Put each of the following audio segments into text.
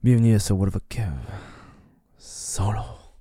Bienvenue à ce What the fuck Kev solo.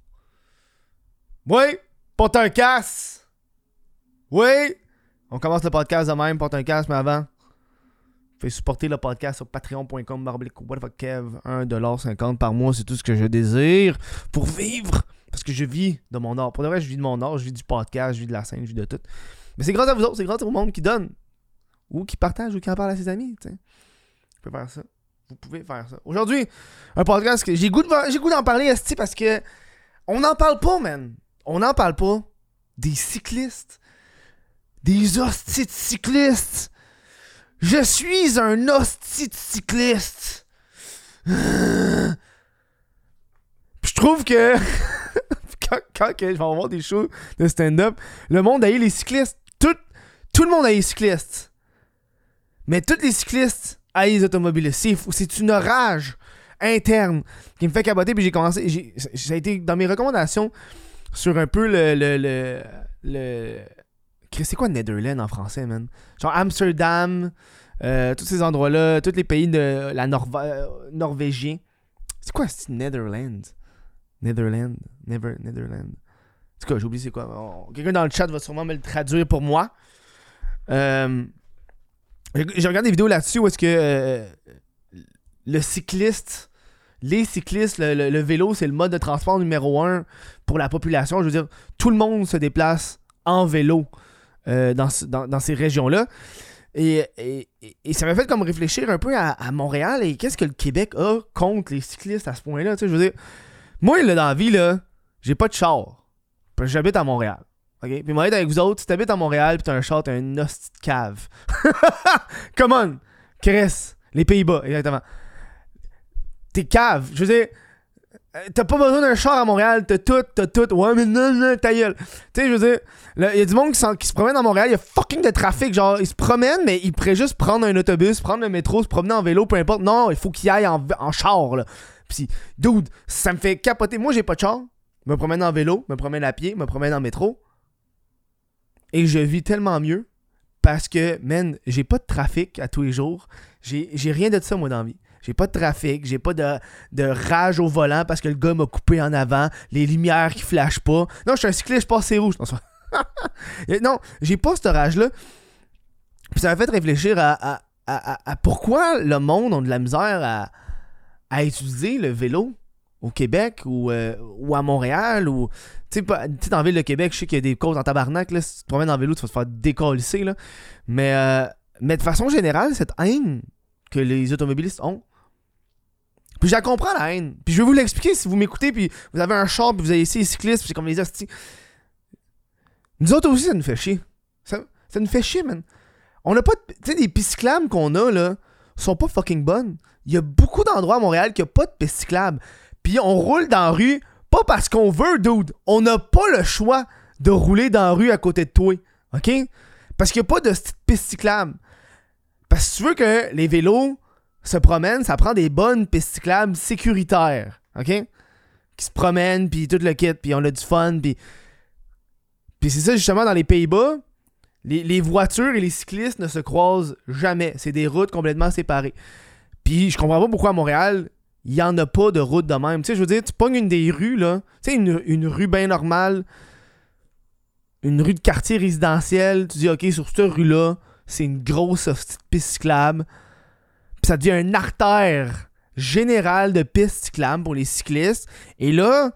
Oui, porte un casque. Oui, on commence le podcast de même, porte un casque, mais avant, fais supporter le podcast sur patreon.com/What the fuck Kev, $1.50 par mois, c'est tout ce que je désire pour vivre. Parce que je vis de mon art. Pour de vrai, je vis de mon art, je vis du podcast, je vis de la scène, je vis de tout. Mais c'est grâce à vous autres, c'est grâce au monde qui donne, ou qui partage, ou qui en parle à ses amis. T'sais. Vous pouvez faire ça. Vous pouvez faire ça. Aujourd'hui, un podcast que j'ai goût d'en parler, esti, parce que on n'en parle pas, man. On n'en parle pas des cyclistes. Des hosties de cyclistes. Je suis un hostie de cycliste. Puis je trouve que quand je vais avoir des shows de stand-up, le monde haït les cyclistes. Tout le monde haït les cyclistes. Mais tous les cyclistes haït les automobilistes. C'est une rage interne qui me fait capoter. Puis j'ai commencé. Ça a été dans mes recommandations sur un peu le c'est quoi Netherlands en français, man? Genre Amsterdam, tous ces endroits-là, tous les pays de la norvégien. C'est quoi ce Netherlands? Netherlands. En tout cas, j'ai oublié c'est quoi. Quelqu'un dans le chat va sûrement me le traduire pour moi. J'ai regardé des vidéos là-dessus où est-ce que les cyclistes, le vélo, c'est le mode de transport numéro 1 pour la population. Je veux dire, tout le monde se déplace en vélo dans ces régions-là. Et ça m'a fait comme réfléchir un peu à Montréal et qu'est-ce que le Québec a contre les cyclistes à ce point-là. Tu sais, je veux dire, moi, là, dans la vie, là, j'ai pas de char. Parce que j'habite à Montréal. OK? Puis moi, être avec vous autres, si t'habites à Montréal pis t'as un char, t'as une hostie de cave. Come on! Chris. Les Pays-Bas, exactement. T'es cave. Je veux dire, t'as pas besoin d'un char à Montréal, t'as tout. Ouais, mais non, ta gueule. Tu sais, je veux dire, il y a du monde qui se promène à Montréal, il y a fucking de trafic. Genre, ils se promènent, mais ils pourraient juste prendre un autobus, prendre le métro, se promener en vélo, peu importe. Non, il faut qu'ils aillent en char, là. Pis, dude, ça me fait capoter. Moi, j'ai pas de char. Je me promène en vélo, me promène à pied, me promène en métro. Et je vis tellement mieux parce que, man, j'ai pas de trafic à tous les jours. J'ai rien de ça, moi, dans la vie. J'ai pas de trafic, j'ai pas de rage au volant parce que le gars m'a coupé en avant, les lumières qui flashent pas. Non, je suis un cycliste, je passe c'est rouge. Non, j'ai pas cette rage-là. Puis ça m'a fait réfléchir à pourquoi le monde a de la misère à utiliser le vélo au Québec ou à Montréal ou tu sais dans la ville de Québec, je sais qu'il y a des côtes en tabarnak là, si tu te promènes en vélo tu vas te faire décalisser là, mais de façon générale cette haine que les automobilistes ont, puis je la comprends la haine, puis je vais vous l'expliquer si vous m'écoutez puis vous avez un char puis vous avez essayé les cyclistes puis c'est comme les hosties. Nous autres aussi ça nous fait chier, ça nous fait chier, man. On a pas tu sais des pistes cyclables qu'on a là sont pas fucking bonnes. Il y a beaucoup d'endroits à Montréal qui a pas de pistes cyclables. Puis on roule dans la rue, pas parce qu'on veut, dude. On n'a pas le choix de rouler dans la rue à côté de toi. OK? Parce qu'il n'y a pas de piste cyclable. Parce que si tu veux que les vélos se promènent, ça prend des bonnes pistes cyclables sécuritaires. OK? Qui se promènent, puis tout le kit, puis on a du fun, puis c'est ça, justement, dans les Pays-Bas, les voitures et les cyclistes ne se croisent jamais. C'est des routes complètement séparées. Puis je comprends pas pourquoi à Montréal... il n'y en a pas de route de même. Tu sais, je veux dire, tu pognes une des rues, là. Tu sais, une rue bien normale. Une rue de quartier résidentiel. Tu dis, OK, sur cette rue-là, c'est une grosse piste cyclable. Puis ça devient une artère générale de piste cyclable pour les cyclistes. Et là,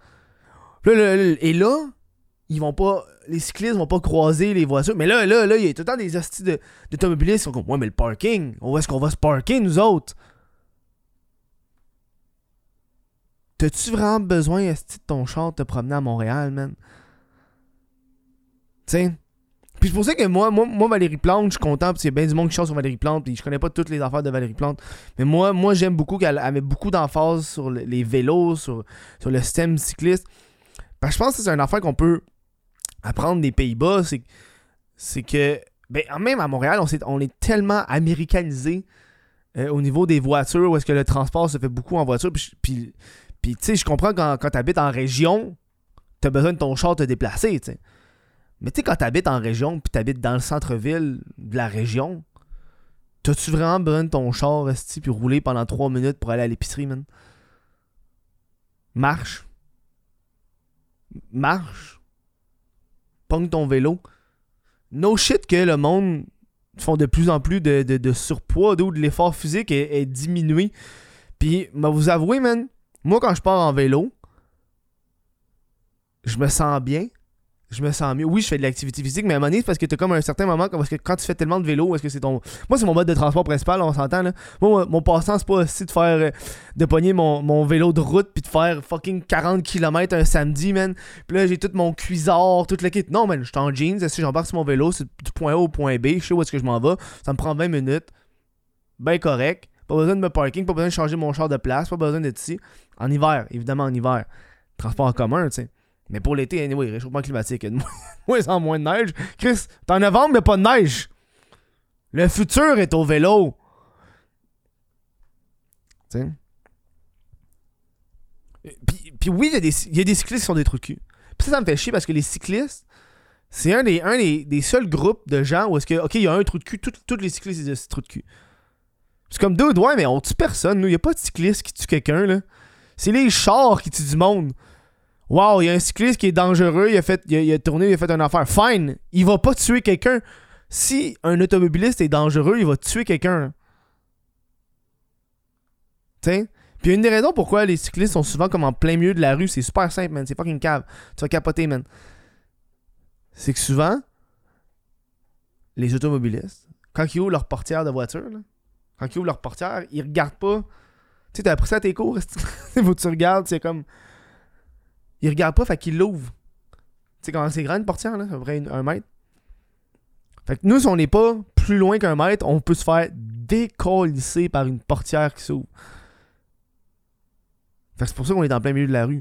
ils vont pas... les cyclistes vont pas croiser les voitures. Mais là, il y a tout le temps des hosties d'automobilistes qui sont comme, ouais, mais le parking, où est-ce qu'on va se parker, nous autres? T'as-tu vraiment besoin, esti, de ton char de te promener à Montréal, man? T'sais? Puis c'est pour ça que moi, Valérie Plante, je suis content, parce qu'il y a bien du monde qui chante sur Valérie Plante, puis je connais pas toutes les affaires de Valérie Plante. Mais moi j'aime beaucoup qu'elle met beaucoup d'emphase sur les vélos, sur le système cycliste. Parce que je pense que c'est une affaire qu'on peut apprendre des Pays-Bas, c'est que, ben, même à Montréal, on est tellement américanisé au niveau des voitures, où est-ce que le transport se fait beaucoup en voiture, puis tu sais, je comprends quand t'habites en région, t'as besoin de ton char te déplacer, tu sais. Mais tu sais, quand t'habites en région, puis t'habites dans le centre-ville de la région, t'as-tu vraiment besoin de ton char, esti, puis rouler pendant 3 minutes pour aller à l'épicerie, man? Marche. Pogne ton vélo. No shit que le monde font de plus en plus de surpoids, d'où de l'effort physique est diminué. Puis, vous avouez, man, moi quand je pars en vélo, je me sens bien. Je me sens mieux. Oui, je fais de l'activité physique, mais à un moment donné, c'est parce que t'as comme un certain moment, parce que quand tu fais tellement de vélo, est-ce que c'est ton. Moi, c'est mon mode de transport principal, on s'entend, là. Moi, mon passe-temps, c'est pas aussi de faire. De pogner mon vélo de route, puis de faire fucking 40 km un samedi, man. Puis là, j'ai tout mon cuisard, toute la kit. Non, man, je suis en jeans, si j'embarque sur mon vélo, c'est du point A au point B, je sais où est-ce que je m'en vais. Ça me prend 20 minutes. Ben correct. Pas besoin de me parking, pas besoin de changer mon char de place, pas besoin d'être ici. En hiver, évidemment, en hiver. Transport en commun, tu sais. Mais pour l'été, anyway, réchauffement climatique, il y a de moins en moins de neige. Chris, t'es en novembre, mais pas de neige. Le futur est au vélo. Tu sais. Puis oui, il y a des cyclistes qui sont des trucs cul. Puis ça me fait chier parce que les cyclistes, c'est un des seuls groupes de gens où est-ce que, ok, il y a un trou de cul, tous les cyclistes, ils ont ce trou de cul. C'est comme deux doigts, mais on tue personne. Il n'y a pas de cycliste qui tue quelqu'un, là. C'est les chars qui tuent du monde. Wow, il y a un cycliste qui est dangereux, il a tourné, il a fait une affaire. Fine, il va pas tuer quelqu'un. Si un automobiliste est dangereux, il va tuer quelqu'un. T'sais? Puis une des raisons pourquoi les cyclistes sont souvent comme en plein milieu de la rue, c'est super simple, man. C'est fucking cave. Tu vas capoter, man. C'est que souvent, les automobilistes, quand ils ouvrent leur portière de voiture, là, quand ils ouvrent leur portière, ils regardent pas. Tu sais, t'as appris ça à tes cours, faut que tu regardes, c'est comme. Ils regardent pas, fait qu'ils l'ouvrent. Tu sais, quand c'est grand une portière, là, à peu près 1 mètre. Fait que nous, si on n'est pas plus loin qu'1 mètre, on peut se faire décolisser par une portière qui s'ouvre. Fait que c'est pour ça qu'on est en plein milieu de la rue.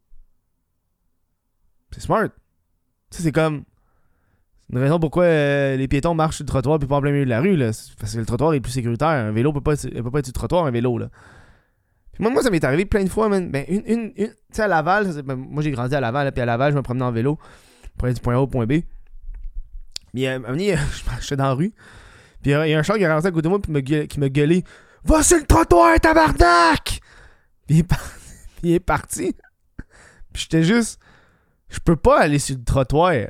C'est smart. Tu sais, c'est comme. C'est une raison pourquoi les piétons marchent sur le trottoir puis pas en plein milieu de la rue, là. C'est parce que le trottoir est plus sécuritaire. Un vélo peut pas être sur le trottoir, un vélo, là. Puis moi, ça m'est arrivé plein de fois, man. Ben, tu sais, à Laval, moi j'ai grandi à Laval, là, puis à Laval, je me promenais en vélo pour aller du point A au point B. Puis à un moment donné, j'étais dans la rue. Puis il y a un char qui est rentré à côté de moi qui m'a gueulé. Va sur le trottoir, tabarnak! Puis il est parti. Puis j'étais juste. Je peux pas aller sur le trottoir. Tu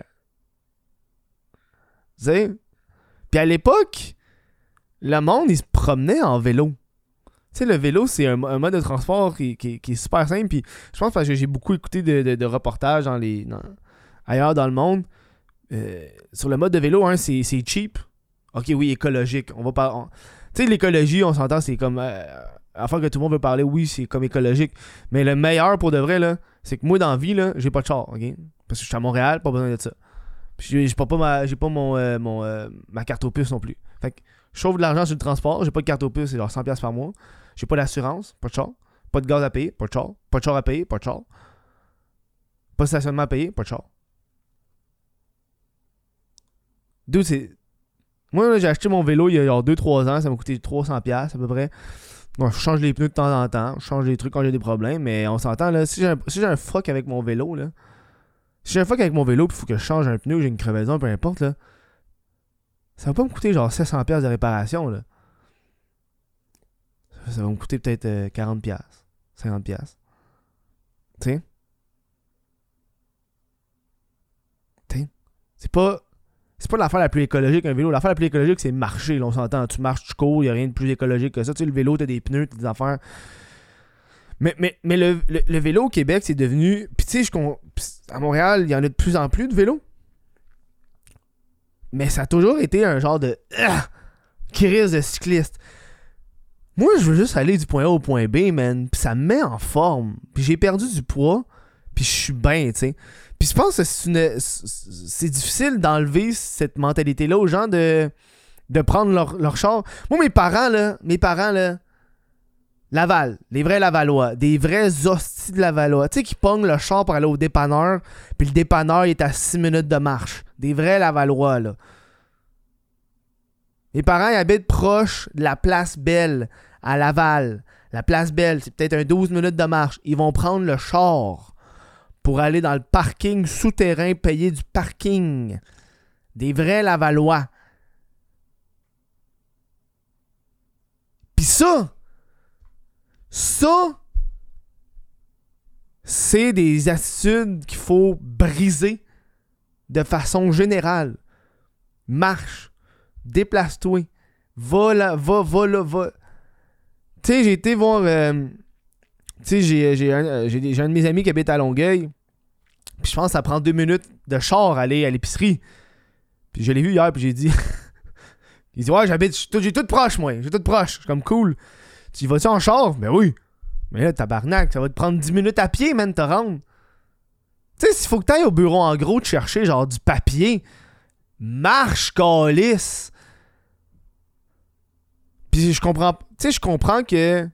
sais? Puis à l'époque, le monde, il se promenait en vélo. Tu sais, le vélo, c'est un mode de transport qui est super simple. Puis je pense parce que j'ai beaucoup écouté de reportages ailleurs dans le monde. Sur le mode de vélo, hein, c'est cheap. Ok, oui, écologique. On va pas. Tu sais, l'écologie, on s'entend, c'est comme. Afin que tout le monde veut parler, oui, c'est comme écologique. Mais le meilleur pour de vrai, là, c'est que moi, dans la vie, là, j'ai pas de char, ok? Parce que je suis à Montréal, pas besoin de ça. Puis j'ai pas ma carte aux puces non plus. Fait que je sauve de l'argent sur le transport, j'ai pas de carte aux puces, c'est genre 100$ par mois. J'ai pas d'assurance, pas de char. Pas de gaz à payer, pas de char. Pas de char à payer, pas de char. Pas de stationnement à payer, pas de char. Dude, c'est. Moi, là, j'ai acheté mon vélo il y a genre 2-3 ans, ça m'a coûté 300$ à peu près. Bon, je change les pneus de temps en temps, je change les trucs quand j'ai des problèmes, mais on s'entend, là, si j'ai un fuck avec mon vélo, là. Si j'ai un fuck avec mon vélo, pis faut que je change un pneu, j'ai une crevaison, peu importe, là. Ça va pas me coûter genre 700$ de réparation, là. Ça va me coûter peut-être 40$, 50$. Tu sais? C'est pas l'affaire la plus écologique un vélo. L'affaire la plus écologique, c'est marcher, là, on s'entend. Tu marches, tu cours, il n'y a rien de plus écologique que ça. Tu sais, le vélo, t'as des pneus, t'as des affaires. Mais le vélo au Québec, c'est devenu. Puis tu sais, à Montréal, il y en a de plus en plus de vélos. Mais ça a toujours été un genre de. Crise de cycliste. Moi, je veux juste aller du point A au point B, man. Puis ça me met en forme. Puis j'ai perdu du poids. Puis je suis bien, tu sais. Puis je pense que c'est difficile d'enlever cette mentalité-là aux gens de prendre leur char. Moi, mes parents, là, Laval, les vrais Lavallois, des vrais hosties de Lavallois, tu sais, qui pognent le char pour aller au dépanneur, puis le dépanneur, il est à 6 minutes de marche. Des vrais Lavallois, là. Mes parents, ils habitent proche de la Place Belle, à Laval. La Place Belle, c'est peut-être un 12 minutes de marche. Ils vont prendre le char pour aller dans le parking souterrain, payer du parking. Des vrais Lavallois. Pis ça, c'est des attitudes qu'il faut briser de façon générale. Marche, déplace-toi, va là. Tu sais, j'ai été voir... tu sais, j'ai un de mes amis qui habite à Longueuil. Puis je pense que ça prend 2 minutes de char à aller à l'épicerie. Puis je l'ai vu hier, puis j'ai dit... Il dit, ouais, j'ai tout proche, moi. J'ai tout proche. Je suis comme, cool. Tu y vas-tu en char? Ben oui. Mais là, tabarnak, ça va te prendre 10 minutes à pied, man, te rendre. Tu sais, s'il faut que t'ailles au bureau en gros te chercher, genre, du papier, marche, calice. Puis je comprends... Tu sais, je comprends que...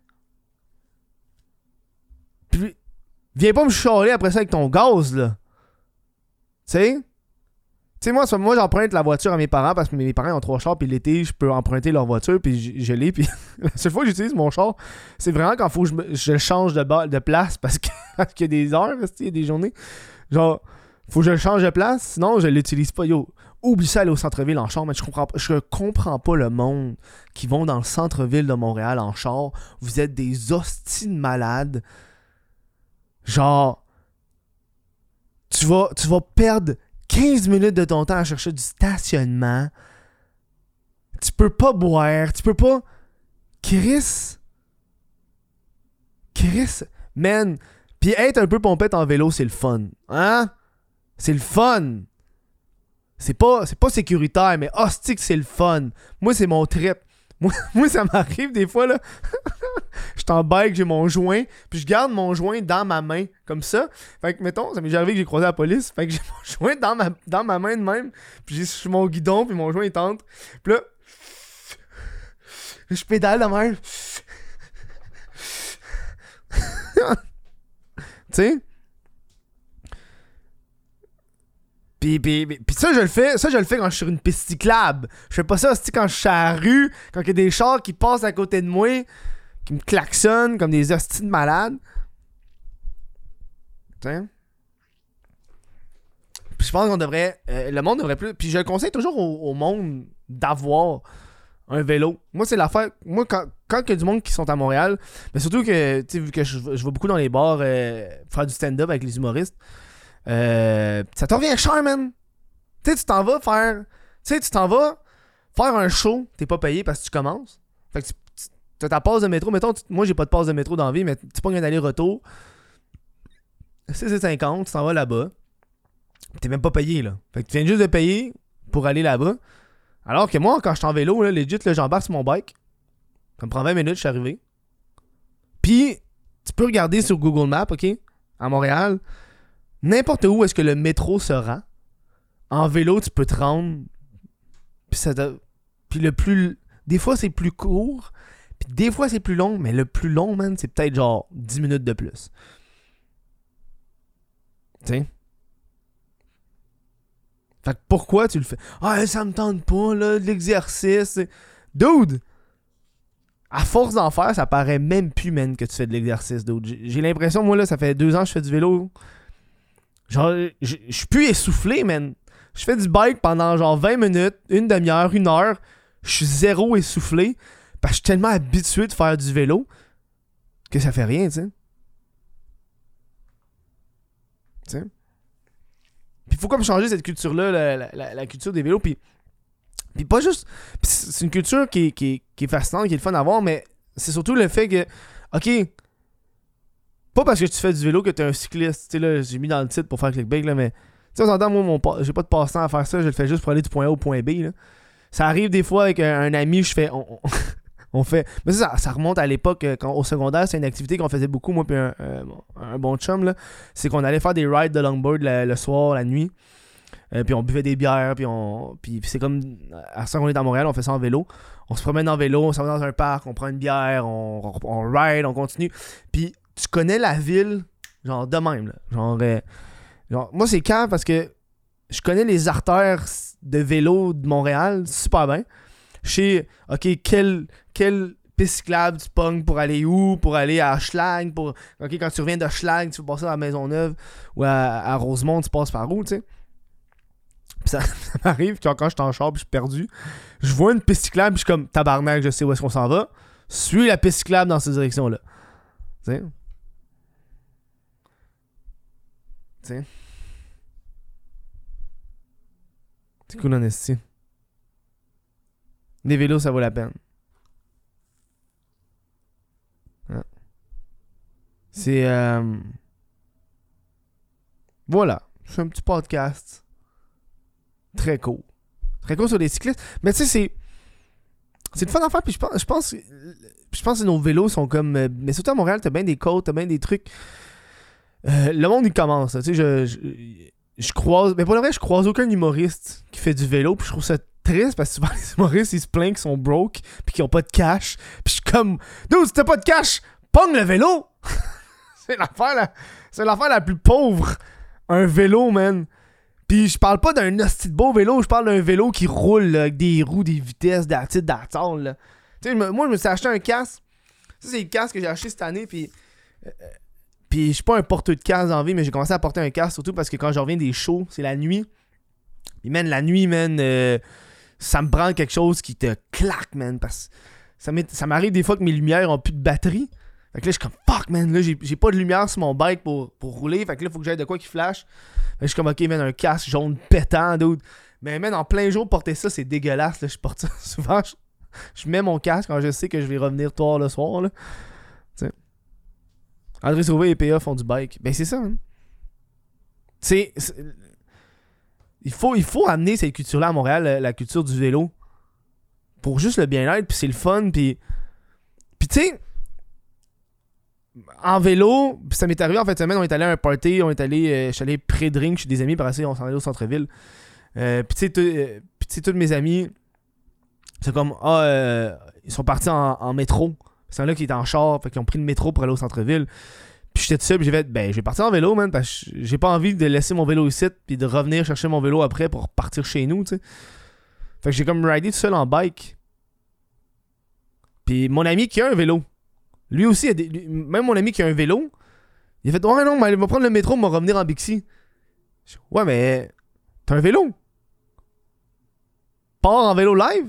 Puis, viens pas me chialer après ça avec ton gaz, là. Tu sais? Tu sais, moi, j'emprunte la voiture à mes parents parce que mes parents ont 3 chars, puis l'été, je peux emprunter leur voiture, puis je l'ai, puis la seule fois que j'utilise mon char, c'est vraiment quand il faut que je change de place parce qu'il y a des heures, il y a des journées. Genre, faut que je change de place, sinon je l'utilise pas. Yo, oublie ça aller au centre-ville en char, mais je comprends pas le monde qui vont dans le centre-ville de Montréal en char. Vous êtes des hosties de malades. Genre, tu vas perdre 15 minutes de ton temps à chercher du stationnement. Tu peux pas boire. Tu peux pas... Chris, man. Puis être un peu pompette en vélo, c'est le fun. Hein? C'est le fun. C'est pas sécuritaire, mais hostie que c'est le fun. Moi, c'est mon trip. Moi, ça m'arrive des fois, là. Je suis en bike, j'ai mon joint, puis je garde mon joint dans ma main, comme ça. Fait que, mettons, ça m'est déjà arrivé que j'ai croisé la police. Fait que j'ai mon joint dans ma main de même, puis j'ai sur mon guidon, puis mon joint est entre. Puis là, je pédale de même. Tu sais? Puis ça, je le fais quand je suis sur une piste cyclable. Je fais pas ça quand je suis à la rue, quand il y a des chars qui passent à côté de moi, qui me klaxonnent comme des hosties de malades. T'sais? Puis je pense qu'on devrait... le monde devrait plus... Puis je le conseille toujours au monde d'avoir un vélo. Moi, c'est l'affaire... Moi, quand il y a du monde qui sont à Montréal, mais surtout que, tu sais, vu que je vais beaucoup dans les bars faire du stand-up avec les humoristes, ça te revient cher, man. Tu sais, tu t'en vas faire un show, t'es pas payé parce que tu commences. Fait que tu as ta passe de métro. Mettons, moi j'ai pas de passe de métro dans la vie, mais tu pognes un aller-retour. C'est 50, tu t'en vas là-bas. T'es même pas payé, là. Fait que tu viens juste de payer pour aller là-bas. Alors que moi, quand je suis en vélo, là, legit, là, j'embarque sur mon bike. Ça me prend 20 minutes, je suis arrivé. Puis, tu peux regarder sur Google Maps, OK? À Montréal. N'importe où est-ce que le métro se rend, en vélo, tu peux te rendre. Puis le plus... Des fois, c'est plus court. Puis des fois, c'est plus long. Mais le plus long, man, c'est peut-être genre 10 minutes de plus. Tu sais? Fait que pourquoi tu le fais? Ah, ça me tente pas, là, de l'exercice. Dude! À force d'en faire, ça paraît même plus, man, que tu fais de l'exercice, dude. J'ai l'impression, moi, là, ça fait 2 ans que je fais du vélo. Genre, je suis plus essoufflé, man. Je fais du bike pendant genre 20 minutes, une demi-heure, 1 heure. Je suis zéro essoufflé. Parce que je suis tellement habitué de faire du vélo que ça fait rien, tu sais. Tu sais. Puis il faut comme changer cette culture-là, la culture des vélos. Puis pas juste... Puis c'est une culture qui est fascinante, qui est le fun à voir, mais c'est surtout le fait que... OK... Pas parce que tu fais du vélo que t'es un cycliste. Tu sais, là, j'ai mis dans le titre pour faire clickbait, là, mais... Tu sais, on s'entend, moi, j'ai pas de passe-temps à faire ça. Je le fais juste pour aller du point A au point B, là. Ça arrive des fois avec un ami, je fais... On fait... Mais ça remonte à l'époque, quand au secondaire, c'est une activité qu'on faisait beaucoup, moi puis un bon chum, là. C'est qu'on allait faire des rides de longboard le soir, la nuit. Puis on buvait des bières, puis c'est comme... À ce qu'on est à Montréal, on fait ça en vélo. On se promène en vélo, on s'en va dans un parc, on prend une bière, on ride, on continue. Puis tu connais la ville, genre de même, là. Genre moi, c'est quand parce que je connais les artères de vélo de Montréal super bien. Je sais, OK, quelle piste cyclable tu pognes pour aller où? Pour aller à Schlag. OK, quand tu reviens de Schlag, tu veux passer à Maisonneuve ou à Rosemont, tu passes par où, tu sais? Puis ça m'arrive quand je suis en char, puis je suis perdu. Je vois une piste cyclable, puis je suis comme tabarnak, je sais où est-ce qu'on s'en va. Suis la piste cyclable dans cette direction-là. Tu sais? sais. C'est cool en esti. Les vélos, ça vaut la peine. Ouais. C'est... Voilà. C'est un petit podcast. Très cool. Très cool sur les cyclistes. Mais tu sais, c'est le fun à faire. Puis je pense que nos vélos sont comme... mais surtout à Montréal, t'as bien des côtes, t'as bien des trucs. Le monde, il commence. Tu sais, je croise... Mais pour le vrai, je croise aucun humoriste qui fait du vélo. Puis je trouve ça triste parce que souvent, les humoristes, ils se plaignent qu'ils sont broke puis qu'ils ont pas de cash. Puis je suis comme... Dude, si t'as pas de cash, pogne le vélo! C'est l'affaire la plus pauvre. Un vélo, man. Puis je parle pas d'un hostie de beau vélo, je parle d'un vélo qui roule là, avec des roues, des vitesses, d'attente. Tu sais, moi, je me suis acheté un casque. Ça, c'est le casque que j'ai acheté cette année. Puis je suis pas un porteur de casque en vie, mais j'ai commencé à porter un casque surtout parce que quand je reviens des shows, c'est la nuit. Et man, la nuit, man, ça me prend quelque chose qui te claque, man. Parce que ça m'arrive des fois que mes lumières ont plus de batterie. Fait que là, je suis comme fuck, man. Là, j'ai pas de lumière sur mon bike pour rouler. Fait que là, faut que j'aille de quoi qui flash. Fait que je suis comme, ok, man, un casque jaune pétant, dude. Mais, man, en plein jour, porter ça, c'est dégueulasse. Là. Je porte ça souvent. Je mets mon casque quand je sais que je vais revenir tard le soir. Là. T'sais. André Sauvé et PA font du bike. Ben, c'est ça, man. Il faut amener cette culture-là à Montréal, la culture du vélo. Pour juste le bien-être. Puis c'est le fun. Puis tu sais. En vélo, ça m'est arrivé en fait semaine, on est allé à un party, je suis allé pré-drink chez des amis, par après on s'en allait au centre-ville. Puis tu sais, tous mes amis, c'est comme, ils sont partis en métro. C'est là qui étaient en char, fait qu'ils ont pris le métro pour aller au centre-ville. Puis j'étais tout seul, puis j'ai fait, je vais partir en vélo, man, parce que j'ai pas envie de laisser mon vélo ici, puis de revenir chercher mon vélo après pour partir chez nous, tu sais. Fait que j'ai comme ridé tout seul en bike. Puis mon ami qui a un vélo, lui aussi, même mon ami qui a un vélo, il a fait, ouais, non, mais il va prendre le métro, il va revenir en Bixi. Ouais, mais t'as un vélo. Pars en vélo live.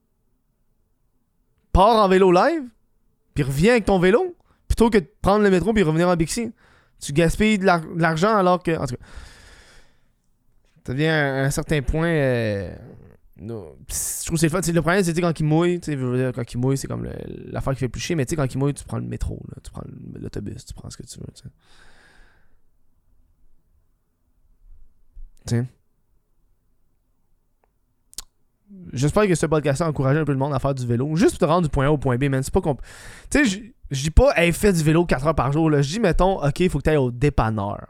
Puis reviens avec ton vélo. Plutôt que de prendre le métro puis revenir en Bixi. Tu gaspilles de l'argent alors que... En tout cas, ça devient à un certain point... je trouve que c'est le fun. Le problème, c'est quand il mouille. Quand il mouille, c'est comme l'affaire qui fait plus chier. Mais quand il mouille, tu prends le métro. Là, tu prends l'autobus. Tu prends ce que tu veux. T'sais. J'espère que ce podcast a encouragé un peu le monde à faire du vélo. Juste pour te rendre du point A au point B, man. C'est pas Tu sais, je dis pas, hey, fais du vélo 4 heures par jour. Là. Je dis, mettons, ok, il faut que tu ailles au dépanneur.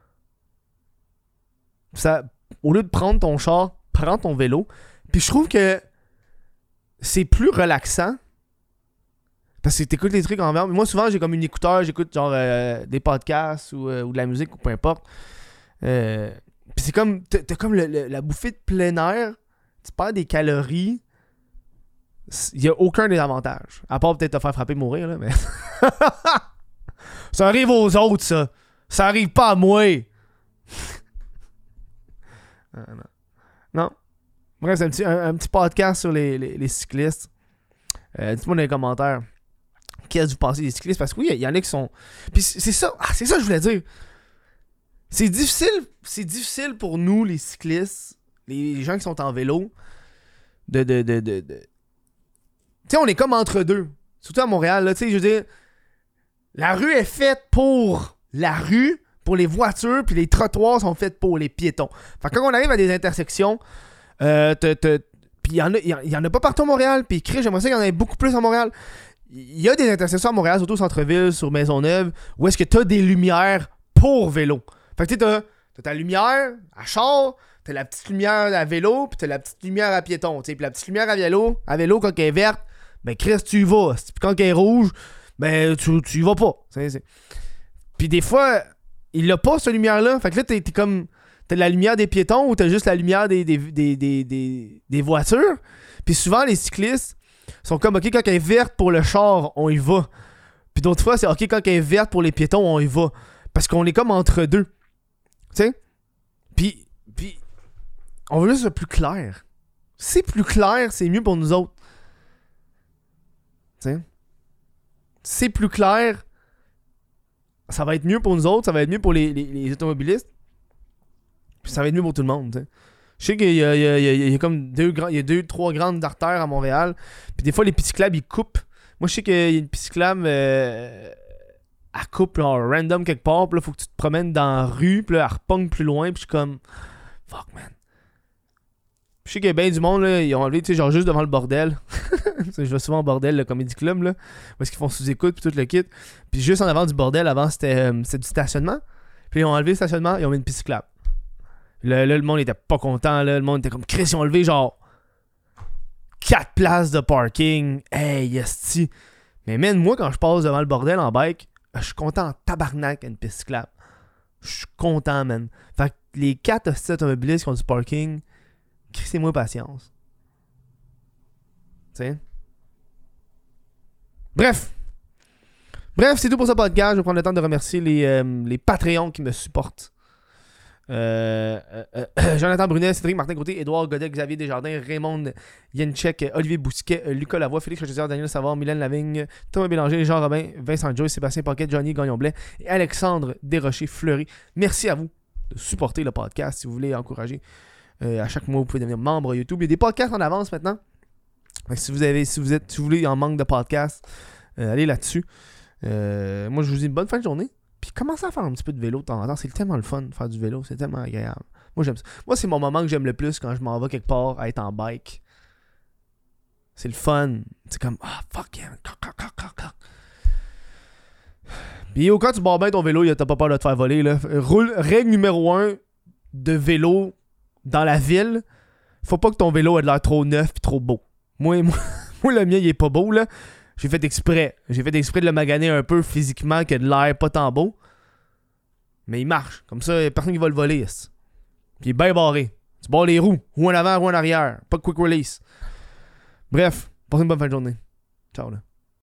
Ça, au lieu de prendre ton char, prends ton vélo. Puis je trouve que c'est plus relaxant. Parce que t'écoutes les trucs en verre. Moi, souvent, j'ai comme une écouteur, j'écoute genre des podcasts ou de la musique ou peu importe. Puis c'est comme, t'as comme la bouffée de plein air. Tu perds des calories. Il n'y a aucun des avantages. À part peut-être te faire frapper mourir, là, mais. Ça arrive aux autres, ça. Ça arrive pas à moi. Non. Bref, c'est un petit podcast sur les cyclistes. Dites-moi dans les commentaires qu'est-ce que vous pensez des cyclistes. Parce que oui, il y en a qui sont. Puis c'est ça. C'est ça que je voulais dire. C'est difficile pour nous, les cyclistes, les gens qui sont en vélo, tu sais, on est comme entre deux. Surtout à Montréal, là, tu sais, je veux dire, la rue est faite pour la rue, pour les voitures, puis les trottoirs sont faits pour les piétons. Fait que quand on arrive à des intersections, puis il y en a pas partout à Montréal, puis j'aimerais ça qu'il y en ait beaucoup plus à Montréal. Il y a des intersections à Montréal, surtout au centre-ville, sur Maisonneuve, où est-ce que t'as des lumières pour vélo. Fait que tu sais, t'as ta lumière à char, t'as la petite lumière à vélo, puis t'as la petite lumière à piéton. Puis la petite lumière à vélo quand elle est verte, ben Chris, tu y vas. Puis quand elle est rouge, ben tu y vas pas. Puis des fois, il l'a pas cette lumière-là. Fait que là, t'es comme. T'as la lumière des piétons ou t'as juste la lumière des voitures. Puis souvent, les cyclistes sont comme, ok, quand elle est verte pour le char, on y va. Puis d'autres fois, c'est ok, quand elle est verte pour les piétons, on y va. Parce qu'on est comme entre deux. Tu sais? Puis on veut juste plus clair. C'est plus clair, c'est mieux pour nous autres. Tu sais? C'est plus clair, ça va être mieux pour nous autres, ça va être mieux pour les automobilistes. ça va être mieux pour tout le monde, t'sais. Je sais qu'il y a comme trois grandes artères à Montréal. Puis des fois, les pisciclabs, ils coupent. Moi, je sais qu'il y a une pisciclab à coupe, genre, random quelque part. Puis là, faut que tu te promènes dans la rue. Puis là, elle repogne plus loin. Puis je suis comme, fuck, man. Je sais qu'il y a bien du monde, là, ils ont enlevé, tu sais, genre juste devant le bordel. Je vais souvent au bordel, le Comedy Club, là. Où est-ce qu'ils font sous-écoute, puis tout le kit. Puis juste en avant du bordel, avant, c'était du stationnement. Puis ils ont enlevé le stationnement, ils ont mis une piste cyclable. Là, le monde était pas content, là. Le monde était comme, Chris, ils ont enlevé, genre, 4 places de parking. Hey, yesti. Mais man, moi, quand je passe devant le bordel en bike, je suis content en tabarnak à une piste cyclable. Je suis content, man. Fait que les 4 hosties automobilistes qui ont du parking, crissez-moi patience. Tu sais? Bref, c'est tout pour ce podcast. Je vais prendre le temps de remercier les Patreons qui me supportent. Jonathan Brunet, Cédric Martin Côté, Édouard Godet, Xavier Desjardins, Raymond Yenchek, Olivier Bousquet, Lucas Lavoie, Félix Rochesière, Daniel Savard, Mylène Lavigne, Thomas Bélanger, Jean Robin, Vincent Joyce, Sébastien Paquet, Johnny Gagnon-Blais et Alexandre Desrochers-Fleury. Merci à vous de supporter le podcast si vous voulez encourager. À chaque mois, vous pouvez devenir membre YouTube. Il y a des podcasts en avance maintenant. Si vous voulez en manque de podcasts, allez là-dessus. Moi, je vous dis une bonne fin de journée. Puis commencez à faire un petit peu de vélo de temps en temps. C'est tellement le fun de faire du vélo. C'est tellement agréable. Moi, j'aime ça. Moi, c'est mon moment que j'aime le plus quand je m'en vais quelque part à être en bike. C'est le fun. C'est comme, fuck yeah. Puis quand tu barres bien ton vélo, t'as pas peur de te faire voler. Là. Règle numéro 1 de vélo dans la ville, faut pas que ton vélo ait de l'air trop neuf et trop beau. Moi, le mien, il est pas beau, là. J'ai fait exprès de le maganer un peu physiquement, qu'il ait de l'air pas tant beau. Mais il marche. Comme ça, il y a personne qui va le voler. Puis il est bien barré. Tu barres les roues. Roue en avant, roue en arrière. Pas de quick release. Bref, passez une bonne fin de journée. Ciao, là.